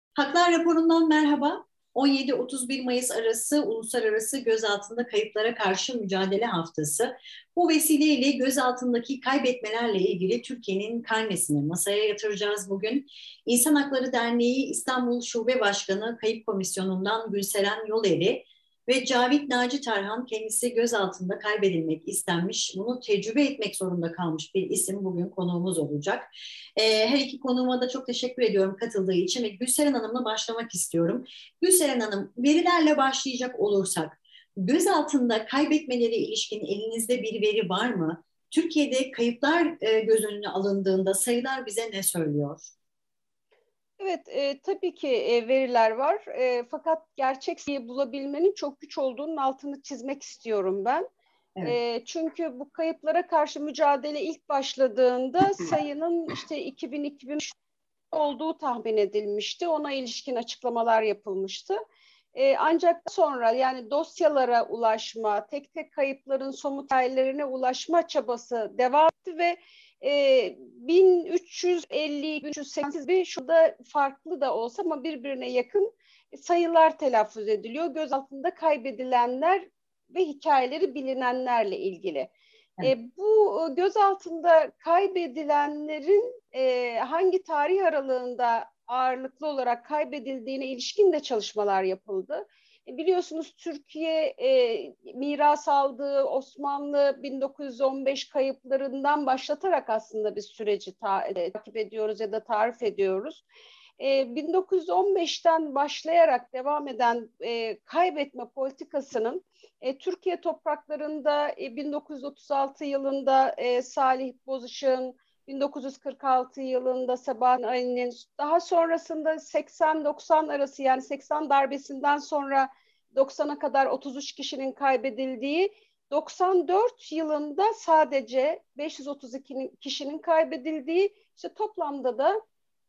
Haklar raporundan merhaba. 17-31 Mayıs arası Uluslararası Gözaltında Kayıplara Karşı Mücadele Haftası. Bu vesileyle gözaltındaki kaybetmelerle ilgili Türkiye'nin karnesini masaya yatıracağız bugün. İnsan Hakları Derneği İstanbul Şube Başkanı Kayıp Komisyonu'ndan Gülseren Yoleli ve Cavit Naci Tarhan kendisi gözaltında kaybedilmek istenmiş, bunu tecrübe etmek zorunda kalmış bir isim bugün konuğumuz olacak. Her iki konuğuma da çok teşekkür ediyorum katıldığı için ve Gülseren Hanım'la başlamak istiyorum. Gülseren Hanım, verilerle başlayacak olursak, gözaltında kaybetmeleri ilişkin elinizde bir veri var mı? Türkiye'de kayıplar göz önüne alındığında sayılar bize ne söylüyor? Evet, tabii ki veriler var. Fakat gerçek sayıyı bulabilmenin çok güç olduğunun altını çizmek istiyorum ben. Evet. Çünkü bu kayıplara karşı mücadele ilk başladığında sayının işte 2000-2003 olduğu tahmin edilmişti. Ona ilişkin açıklamalar yapılmıştı. Ancak sonra yani dosyalara ulaşma, tek tek kayıpların somut hikayelerine ulaşma çabası devam etti ve 1350-1381 şurada farklı da olsa ama birbirine yakın sayılar telaffuz ediliyor. Gözaltında kaybedilenler ve hikayeleri bilinenlerle ilgili. Evet. Bu gözaltında kaybedilenlerin hangi tarih aralığında ağırlıklı olarak kaybedildiğine ilişkin de çalışmalar yapıldı. Biliyorsunuz Türkiye miras aldığı Osmanlı 1915 kayıplarından başlatarak aslında bir süreci takip ediyoruz ya da tarif ediyoruz. 1915'ten başlayarak devam eden kaybetme politikasının Türkiye topraklarında 1936 yılında Salih Bozışık'ın, 1946 yılında Sabahattin Ali'nin, daha sonrasında 80-90 arası yani 80 darbesinden sonra 90'a kadar 33 kişinin kaybedildiği, 94 yılında sadece 532 kişinin kaybedildiği, işte toplamda da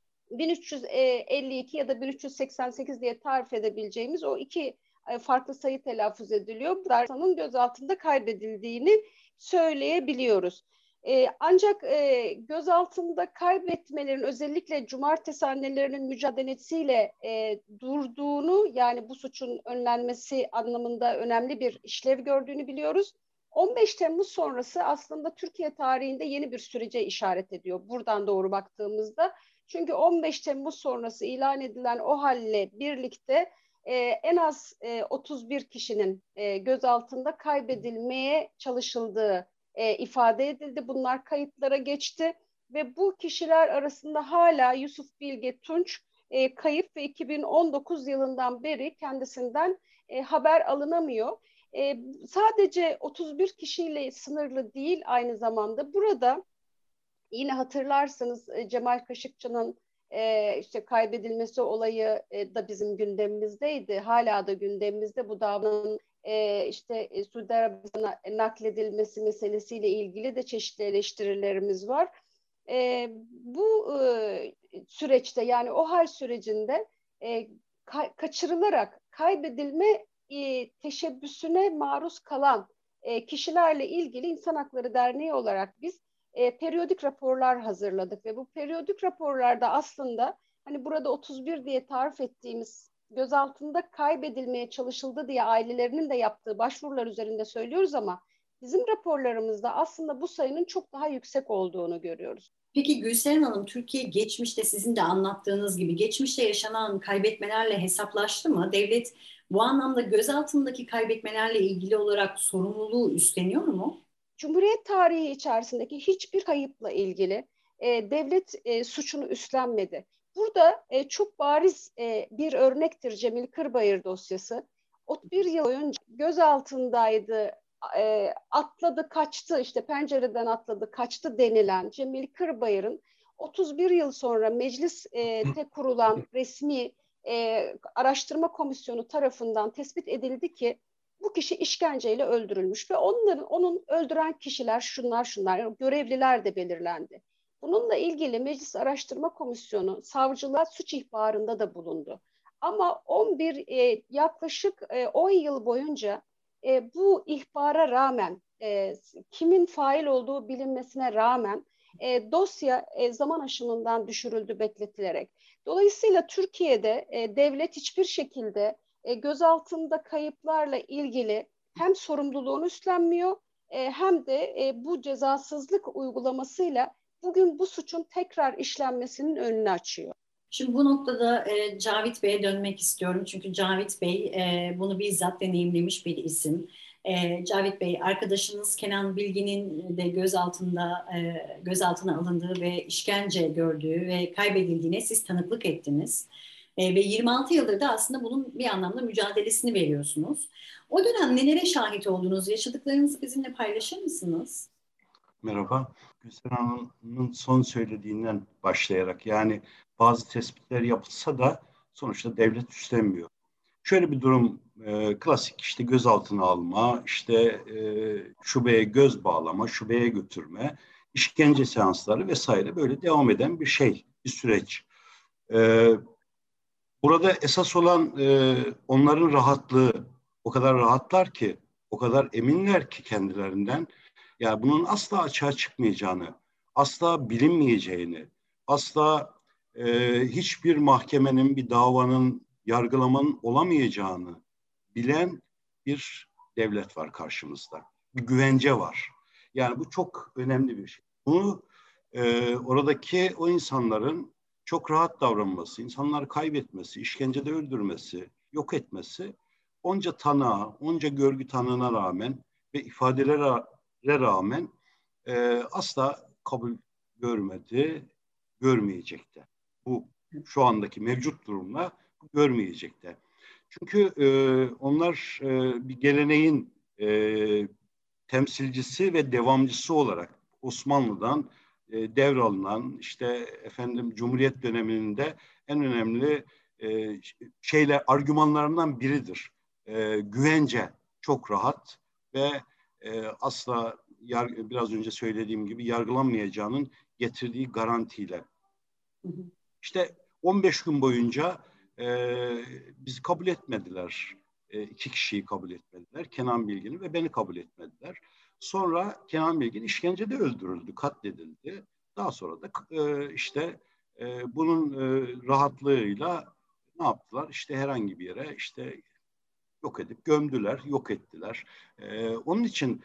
1352 ya da 1388 diye tarif edebileceğimiz o iki farklı sayı telaffuz ediliyor. Bu insanın gözaltında kaybedildiğini söyleyebiliyoruz. Ancak gözaltında kaybetmelerin özellikle cumartesi annelerinin mücadelesiyle durduğunu, yani bu suçun önlenmesi anlamında önemli bir işlev gördüğünü biliyoruz. 15 Temmuz sonrası aslında Türkiye tarihinde yeni bir sürece işaret ediyor. Buradan doğru baktığımızda. Çünkü 15 Temmuz sonrası ilan edilen o halle birlikte en az 31 kişinin gözaltında kaybedilmeye çalışıldığı ifade edildi. Bunlar kayıtlara geçti ve bu kişiler arasında hala Yusuf Bilge Tunç kayıp ve 2019 yılından beri kendisinden haber alınamıyor. Sadece 31 kişiyle sınırlı değil, aynı zamanda burada yine hatırlarsanız Cemal Kaşıkçı'nın işte kaybedilmesi olayı da bizim gündemimizdeydi. Hala da gündemimizde. Bu davanın işte Suudi Arabistan'a nakledilmesi meselesiyle ilgili de çeşitli eleştirilerimiz var. Bu süreçte, yani o hal sürecinde kaçırılarak kaybedilme teşebbüsüne maruz kalan kişilerle ilgili İnsan Hakları Derneği olarak biz periyodik raporlar hazırladık ve bu periyodik raporlarda aslında hani burada 31 diye tarif ettiğimiz gözaltında kaybedilmeye çalışıldı diye ailelerinin de yaptığı başvurular üzerinde söylüyoruz ama bizim raporlarımızda aslında bu sayının çok daha yüksek olduğunu görüyoruz. Peki Gülseren Hanım, Türkiye geçmişte sizin de anlattığınız gibi geçmişte yaşanan kaybetmelerle hesaplaştı mı? Devlet bu anlamda gözaltındaki kaybetmelerle ilgili olarak sorumluluğu üstleniyor mu? Cumhuriyet tarihi içerisindeki hiçbir kayıpla ilgili devlet suçunu üstlenmedi. Burada çok bariz bir örnektir Cemil Kırbayır dosyası. 31 yıl boyunca gözaltındaydı, atladı kaçtı, işte pencereden atladı kaçtı denilen Cemil Kırbayır'ın 31 yıl sonra mecliste kurulan resmi araştırma komisyonu tarafından tespit edildi ki bu kişi işkenceyle öldürülmüş ve onun öldüren kişiler şunlar, yani görevliler de belirlendi. Bununla ilgili Meclis Araştırma Komisyonu savcılığa suç ihbarında da bulundu. Ama yaklaşık 10 yıl boyunca bu ihbara rağmen, kimin fail olduğu bilinmesine rağmen dosya zaman aşımından düşürüldü bekletilerek. Dolayısıyla Türkiye'de devlet hiçbir şekilde gözaltında kayıplarla ilgili hem sorumluluğunu üstlenmiyor hem de bu cezasızlık uygulamasıyla bugün bu suçun tekrar işlenmesinin önünü açıyor. Şimdi bu noktada Cavit Bey'e dönmek istiyorum. Çünkü Cavit Bey bunu bizzat deneyimlemiş bir isim. Cavit Bey, arkadaşınız Kenan Bilgin'in de gözaltına alındığı ve işkence gördüğü ve kaybedildiğine siz tanıklık ettiniz. Ve 26 yıldır da aslında bunun bir anlamda mücadelesini veriyorsunuz. O dönem nelere şahit oldunuz? Yaşadıklarınızı bizimle paylaşır mısınız? Merhaba. Gülsen Hanım'ın son söylediğinden başlayarak, yani bazı tespitler yapılsa da sonuçta devlet üstlenmiyor. Şöyle bir durum, klasik işte gözaltına alma, işte şubeye göz bağlama, şubeye götürme, işkence seansları vesaire, böyle devam eden bir şey, bir süreç. E, Burada esas olan onların rahatlığı. O kadar rahatlar ki, o kadar eminler ki kendilerinden. Yani bunun asla açığa çıkmayacağını, asla bilinmeyeceğini, asla hiçbir mahkemenin, bir davanın, yargılamanın olamayacağını bilen bir devlet var karşımızda. Bir güvence var. Yani bu çok önemli bir şey. Bunu oradaki o insanların çok rahat davranması, insanları kaybetmesi, işkencede öldürmesi, yok etmesi, onca tanığa, onca görgü tanığına rağmen ve ifadelere rağmen asla kabul görmedi, görmeyecek de. Bu şu andaki mevcut durumla görmeyecek de. Çünkü onlar bir geleneğin temsilcisi ve devamcısı olarak Osmanlı'dan devralınan, işte efendim Cumhuriyet döneminde en önemli argümanlarından biridir. Güvence çok rahat ve asla biraz önce söylediğim gibi yargılanmayacağının getirdiği garantiyle. İşte 15 gün boyunca bizi kabul etmediler. İki kişiyi kabul etmediler. Kenan Bilgin'i ve beni kabul etmediler. Sonra Kenan Bilgin işkencede öldürüldü, katledildi. Daha sonra da bunun rahatlığıyla ne yaptılar? İşte herhangi bir yere işte yok edip gömdüler, yok ettiler. Onun için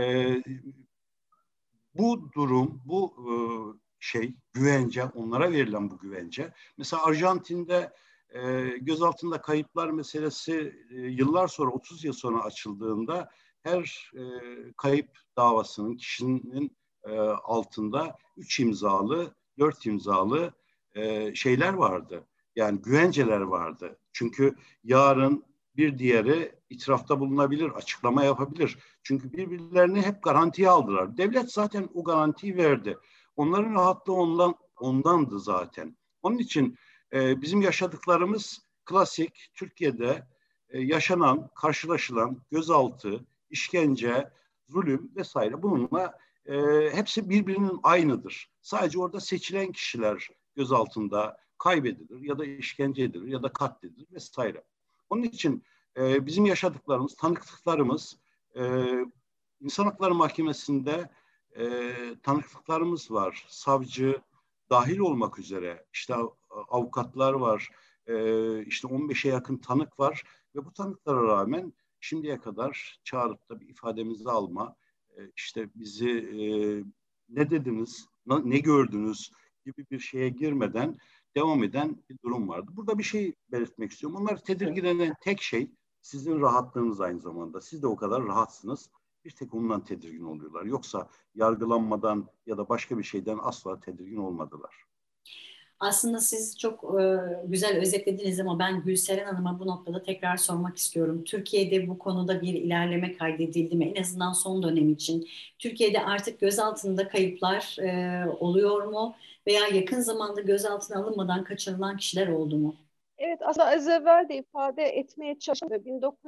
bu durum, bu güvence, onlara verilen bu güvence. Mesela Arjantin'de gözaltında kayıplar meselesi yıllar sonra, 30 yıl sonra açıldığında her kayıp davasının, kişinin altında 3 imzalı, 4 imzalı şeyler vardı. Yani güvenceler vardı. Çünkü yarın bir diğeri itirafta bulunabilir, açıklama yapabilir. Çünkü birbirlerini hep garantiye aldılar. Devlet zaten o garantiyi verdi. Onların rahatlığı ondandı zaten. Onun için bizim yaşadıklarımız klasik Türkiye'de yaşanan, karşılaşılan gözaltı, işkence, zulüm vesaire, bununla hepsi birbirinin aynıdır. Sadece orada seçilen kişiler gözaltında kaybedilir ya da işkence edilir ya da katledilir vesaire. Onun için bizim yaşadıklarımız, tanıklıklarımız, İnsan Hakları Mahkemesi'nde tanıklıklarımız var. Savcı dahil olmak üzere işte avukatlar var, işte 15'e yakın tanık var ve bu tanıklara rağmen şimdiye kadar çağırıp da bir ifademizi alma, işte bizi ne dediniz, ne gördünüz gibi bir şeye girmeden devam eden bir durum vardı. Burada bir şey belirtmek istiyorum. Onlar tedirgin eden tek şey sizin rahatlığınız aynı zamanda. Siz de o kadar rahatsınız. Bir tek ondan tedirgin oluyorlar. Yoksa yargılanmadan ya da başka bir şeyden asla tedirgin olmadılar. Aslında siz çok güzel özetlediniz ama ben Gülseren Hanım'a bu noktada tekrar sormak istiyorum. Türkiye'de bu konuda bir ilerleme kaydedildi mi? En azından son dönem için. Türkiye'de artık gözaltında kayıplar oluyor mu? Veya yakın zamanda gözaltına alınmadan kaçırılan kişiler oldu mu? Evet, aslında az evvel de ifade etmeye çalıştım.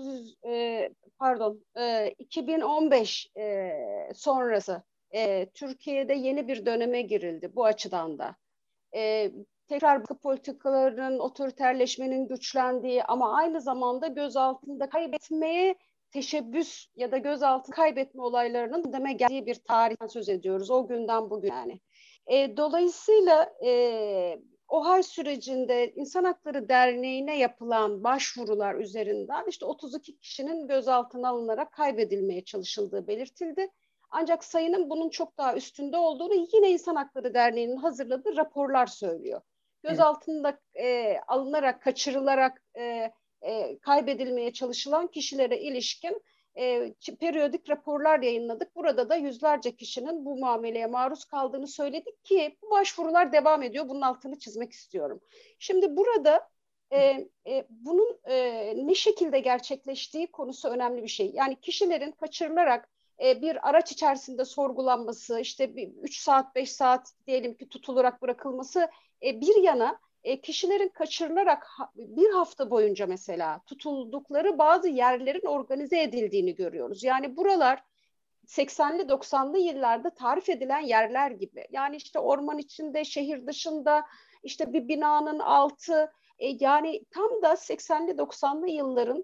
2015 sonrası Türkiye'de yeni bir döneme girildi bu açıdan da. Tekrar baskı politikalarının, otoriterleşmenin güçlendiği ama aynı zamanda gözaltında kaybetmeye teşebbüs ya da gözaltı kaybetme olaylarının gündeme geldiği bir tarihten söz ediyoruz. O günden bugün yani. Dolayısıyla OHAL sürecinde İnsan Hakları Derneği'ne yapılan başvurular üzerinden işte 32 kişinin gözaltına alınarak kaybedilmeye çalışıldığı belirtildi. Ancak sayının bunun çok daha üstünde olduğunu yine İnsan Hakları Derneği'nin hazırladığı raporlar söylüyor. Gözaltında alınarak, kaçırılarak kaybedilmeye çalışılan kişilere ilişkin periyodik raporlar yayınladık. Burada da yüzlerce kişinin bu muameleye maruz kaldığını söyledik ki bu başvurular devam ediyor. Bunun altını çizmek istiyorum. Şimdi burada bunun ne şekilde gerçekleştiği konusu önemli bir şey. Yani kişilerin kaçırılarak bir araç içerisinde sorgulanması, işte 3 saat, 5 saat diyelim ki tutularak bırakılması bir yana kişilerin kaçırılarak bir hafta boyunca mesela tutuldukları bazı yerlerin organize edildiğini görüyoruz. Yani buralar 80'li 90'lı yıllarda tarif edilen yerler gibi. Yani işte orman içinde, şehir dışında, işte bir binanın altı, yani tam da 80'li 90'lı yılların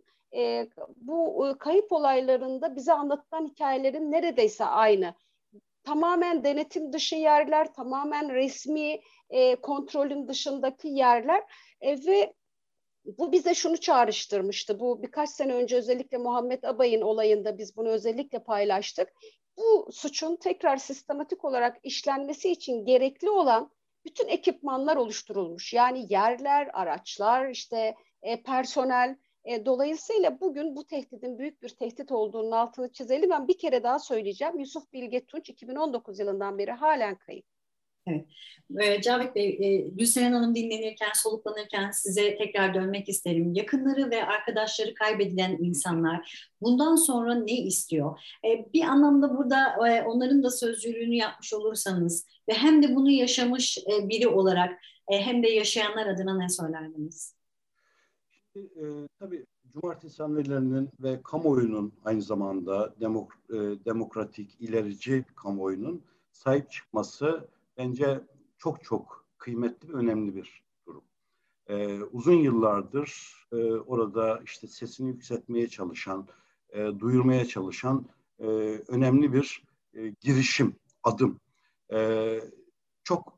bu kayıp olaylarında bize anlatılan hikayelerin neredeyse aynı. Tamamen denetim dışı yerler, tamamen resmi kontrolün dışındaki yerler ve bu bize şunu çağrıştırmıştı. Bu birkaç sene önce özellikle Muhammed Abay'ın olayında biz bunu özellikle paylaştık. Bu suçun tekrar sistematik olarak işlenmesi için gerekli olan bütün ekipmanlar oluşturulmuş. Yani yerler, araçlar, işte personel. Dolayısıyla bugün bu tehdidin büyük bir tehdit olduğunun altını çizelim. Ben bir kere daha söyleyeceğim. Yusuf Bilge Tunç 2019 yılından beri halen kayıp. Evet. Cavit Bey, Gülseren Hanım dinlenirken, soluklanırken size tekrar dönmek isterim. Yakınları ve arkadaşları kaybedilen insanlar bundan sonra ne istiyor? Bir anlamda burada onların da sözcülüğünü yapmış olursanız ve hem de bunu yaşamış biri olarak hem de yaşayanlar adına ne söylerdiniz? Tabii Cumartesi hamlelerinin ve kamuoyunun aynı zamanda demokratik, ilerici kamuoyunun sahip çıkması bence çok çok kıymetli ve önemli bir durum. Uzun yıllardır orada işte sesini yükseltmeye çalışan, duyurmaya çalışan önemli bir girişim, adım. Çok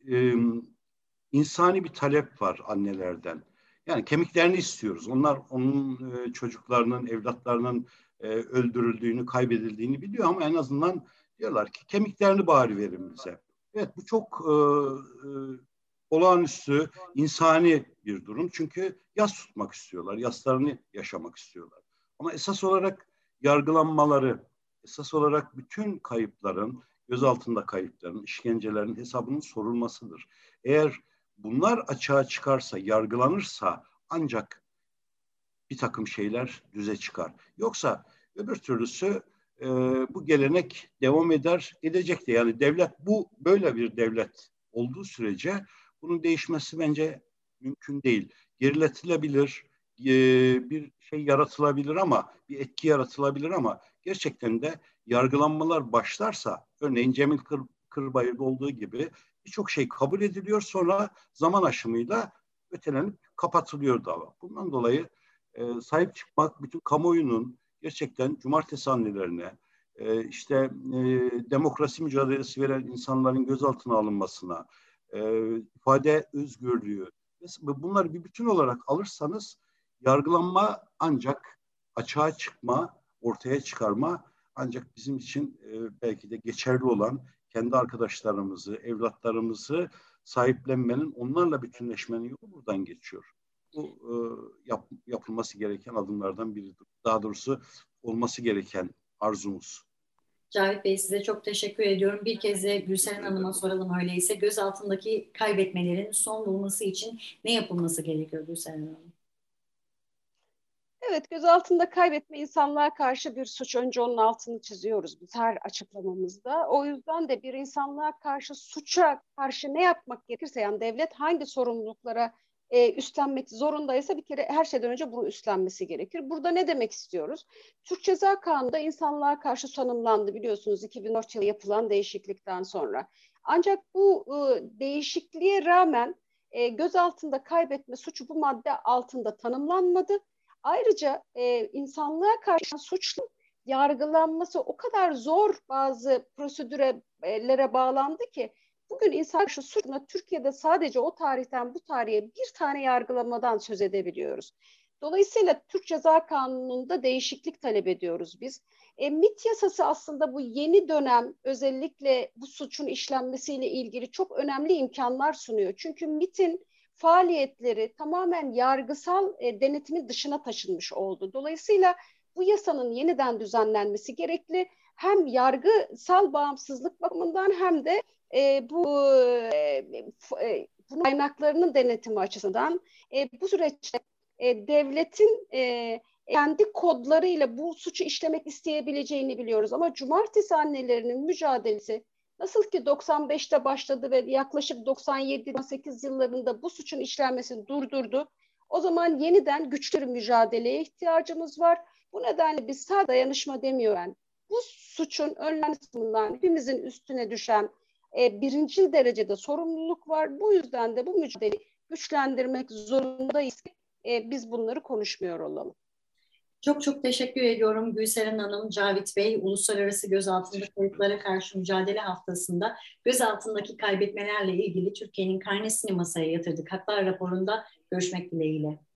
insani bir talep var annelerden. Yani kemiklerini istiyoruz. Onlar onun çocuklarının, evlatlarının öldürüldüğünü, kaybedildiğini biliyor ama en azından diyorlar ki kemiklerini bari verin bize. Evet, bu çok olağanüstü, insani bir durum. Çünkü yas tutmak istiyorlar, yaslarını yaşamak istiyorlar. Ama esas olarak yargılanmaları, esas olarak bütün kayıpların, gözaltında kayıpların, işkencelerin hesabının sorulmasıdır. Eğer bunlar açığa çıkarsa, yargılanırsa ancak bir takım şeyler düze çıkar. Yoksa öbür türlüsü bu gelenek devam edecek de. Yani devlet bu böyle bir devlet olduğu sürece bunun değişmesi bence mümkün değil. Geriletilebilir, bir şey yaratılabilir ama bir etki yaratılabilir ama gerçekten de yargılanmalar başlarsa örneğin Cemil Kırbayır'da olduğu gibi birçok şey kabul ediliyor sonra zaman aşımıyla ötelenip kapatılıyor dava. Bundan dolayı sahip çıkmak bütün kamuoyunun gerçekten cumartesi annelerine demokrasi mücadelesi veren insanların gözaltına alınmasına ifade özgürlüğü bunları bir bütün olarak alırsanız yargılanma ancak açığa çıkma, ortaya çıkarma ancak bizim için belki de geçerli olan kendi arkadaşlarımızı, evlatlarımızı sahiplenmenin, onlarla bütünleşmenin yolu buradan geçiyor. Bu yapılması gereken adımlardan biridir. Daha doğrusu olması gereken arzumuz. Cavit Bey size çok teşekkür ediyorum. Bir kez de Gülseren Hanım'a soralım öyleyse. Gözaltındaki kaybetmelerin son bulması için ne yapılması gerekiyor Gülseren Hanım? Evet, gözaltında kaybetme insanlığa karşı bir suç. Önce onun altını çiziyoruz biz her açıklamamızda. O yüzden de bir insanlığa karşı suça karşı ne yapmak gerekirse yani devlet hangi sorumluluklara üstlenmek zorundaysa bir kere her şeyden önce bunu üstlenmesi gerekir. Burada ne demek istiyoruz? Türk Ceza Kanunu'nda insanlığa karşı tanımlandı biliyorsunuz 2004 yılı yapılan değişiklikten sonra. Ancak bu değişikliğe rağmen gözaltında kaybetme suçu bu madde altında tanımlanmadı. Ayrıca insanlığa karşı suçlu yargılanması o kadar zor bazı prosedürlere bağlandı ki Bugün insan şu suçuna Türkiye'de sadece o tarihten bu tarihe bir tane yargılamadan söz edebiliyoruz. Dolayısıyla Türk Ceza Kanunu'nda değişiklik talep ediyoruz biz. MİT yasası aslında bu yeni dönem özellikle bu suçun işlenmesiyle ilgili çok önemli imkanlar sunuyor. Çünkü MİT'in faaliyetleri tamamen yargısal denetimin dışına taşınmış oldu. Dolayısıyla bu yasanın yeniden düzenlenmesi gerekli. Hem yargısal bağımsızlık bakımından hem de bu kaynaklarının denetimi açısından bu süreçte devletin kendi kodlarıyla bu suçu işlemek isteyebileceğini biliyoruz. Ama cumartesi annelerinin mücadelesi nasıl ki 95'te başladı ve yaklaşık 97-98 yıllarında bu suçun işlenmesini durdurdu. O zaman yeniden güçlü bir mücadeleye ihtiyacımız var. Bu nedenle biz sadece dayanışma demiyorum. Bu suçun önlenmesinden hepimizin üstüne düşen birincil derecede sorumluluk var. Bu yüzden de bu mücadeleyi güçlendirmek zorundayız. Biz bunları konuşmuyor olalım. Çok çok teşekkür ediyorum Gülseren Hanım, Cavit Bey. Uluslararası Gözaltında Kayıplara Karşı Mücadele Haftası'nda gözaltındaki kaybetmelerle ilgili Türkiye'nin karnesini masaya yatırdık. Haklar raporunda görüşmek dileğiyle.